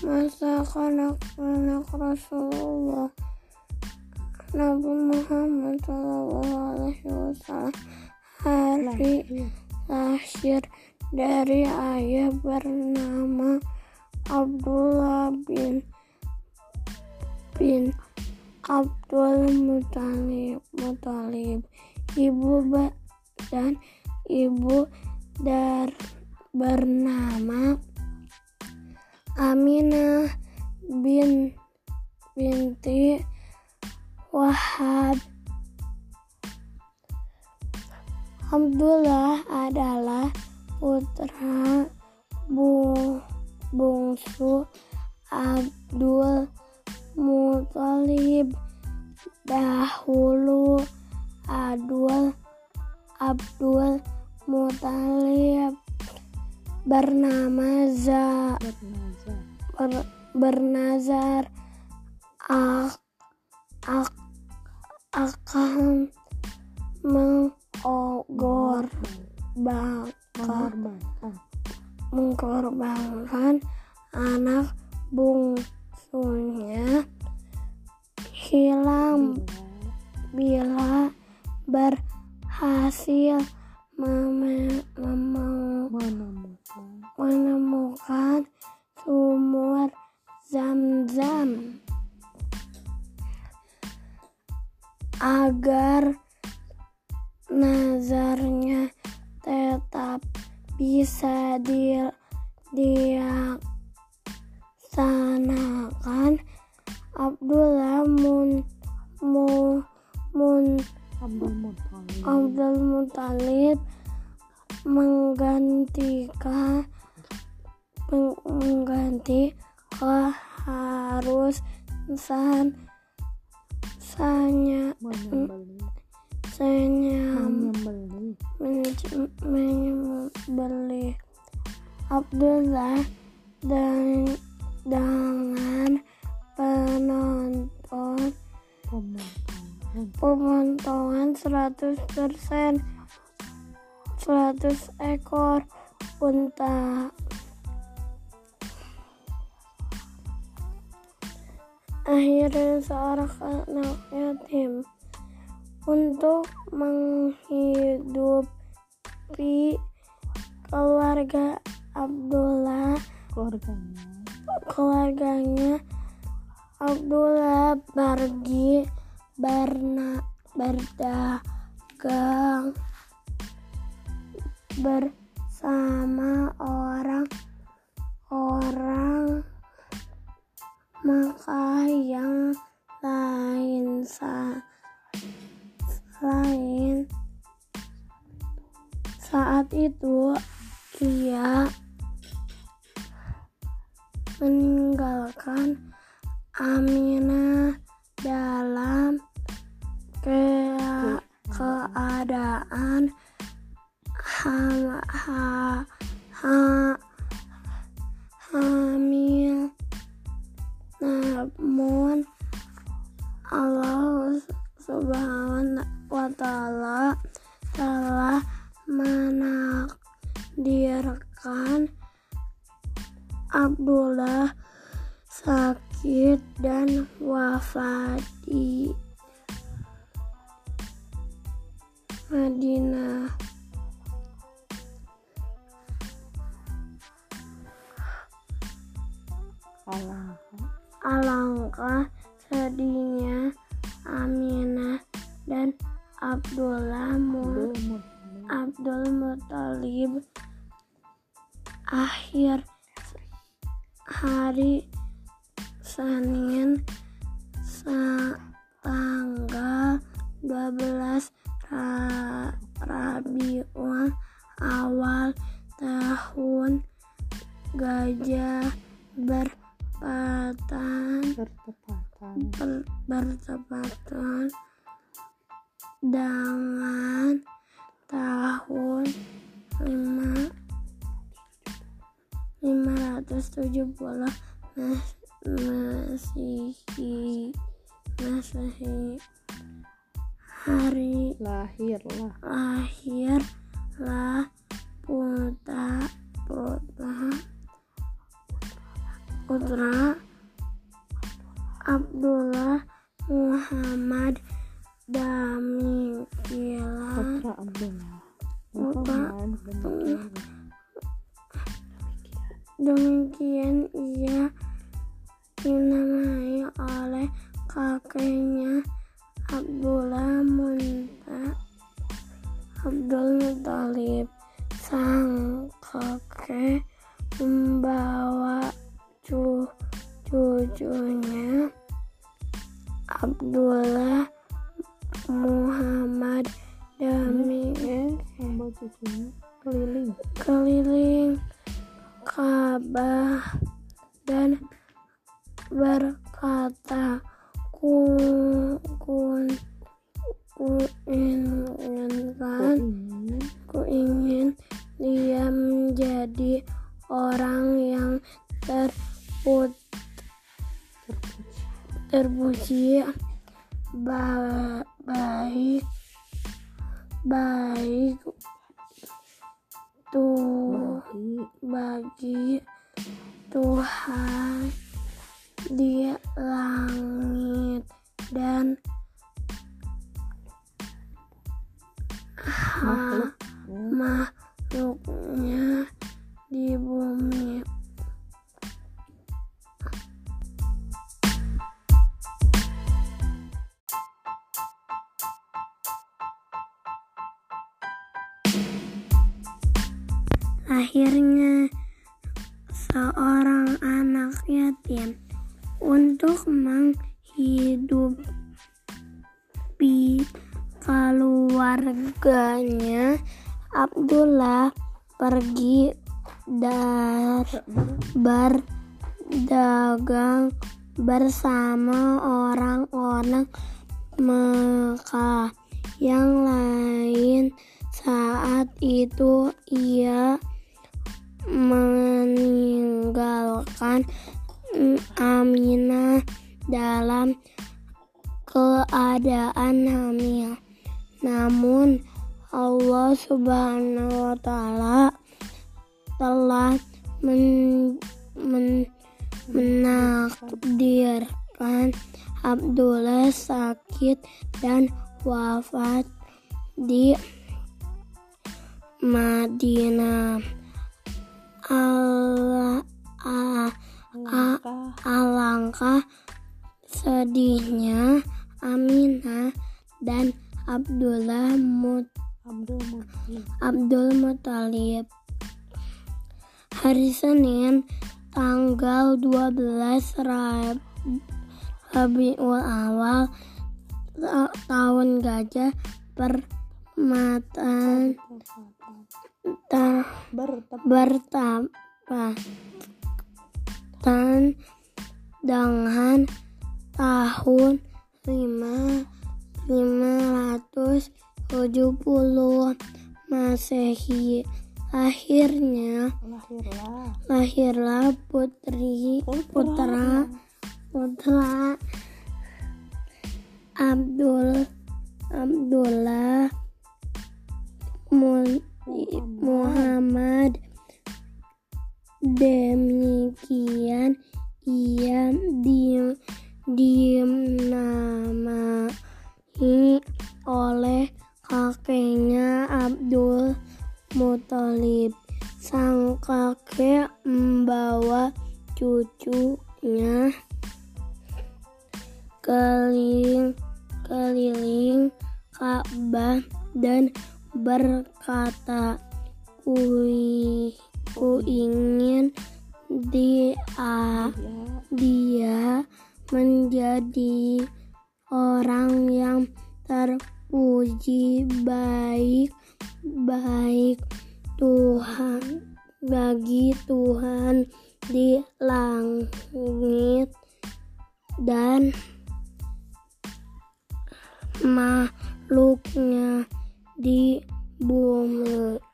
masa kanak-kanak Rasulullah Nabi Muhammad SAW hari lahir dari ayah bernama Abdullah bin Abdul Muthalib, dan ibu bernama Aminah binti Wahab. Abdullah adalah putra bungsu Abdul Muthalib. Dahulu Abdul Muthalib bernazar akan mengorbankan anak bungsunya hilang bila berhasil menemukan sumur Zam-Zam. Agar nazarnya tetap bisa dilaksanakan, Abdul Muthalib mengganti keharusan menyembelih Abdullah dengan pemotongan 100% 100 ekor unta. Akhirnya seorang anak yatim untuk menghidupi keluarganya Abdullah pergi berdagang bersama orang-orang Makkah yang lain. Saat itu ia meninggalkan Aminah dalam keadaan hamil. Namun Allah Subhanahu wa Ta'ala telah menakdirkan Abdullah sakit dan wafat di Madinah. Alangkah sedihnya Aminah dan Abdul Muthalib. Akhir hari Senin tanggal 12 Rabiul Awal tahun Gajah bertepatan dengan tahun 570 Masehi. Hari lahirlah putra putra Abdullah Muhammad. Demikian Putra Abdullah Putra- Muhammad. Demikian ia dinamai oleh kakeknya Abdul Muthalib. Sang kakek membawa cucunya Abdullah Muhammad Membawa cucunya keliling Ka'bah dan berkata, ku ingin dia menjadi orang yang terpuji, baik bagi Tuhan di langit dan makhluknya di bumi. Akhirnya seorang anak yatim untuk menghidupi keluarganya, Abdullah pergi berdagang bersama orang-orang Mekah yang lain. Saat itu ia meninggalkan Aminah dalam keadaan hamil. Namun Allah Subhanahu wa Ta'ala telah menakdirkan Abdullah sakit dan wafat di Madinah. Alangkah sedihnya Aminah dan Abdul Muthalib. Hari Senin tanggal 12 Rabiul Awal tahun Gajah Permatan bertepatan dengan tahun 570 Masehi. Lahirlah putra Abdullah Muhammad. Demikian ia dinamai oleh kakeknya Abdul Muthalib. Sang kakek membawa cucunya keliling Ka'bah dan berkata, ku ingin dia menjadi orang yang terpuji, baik Tuhan bagi Tuhan di langit dan makhluknya di bumi.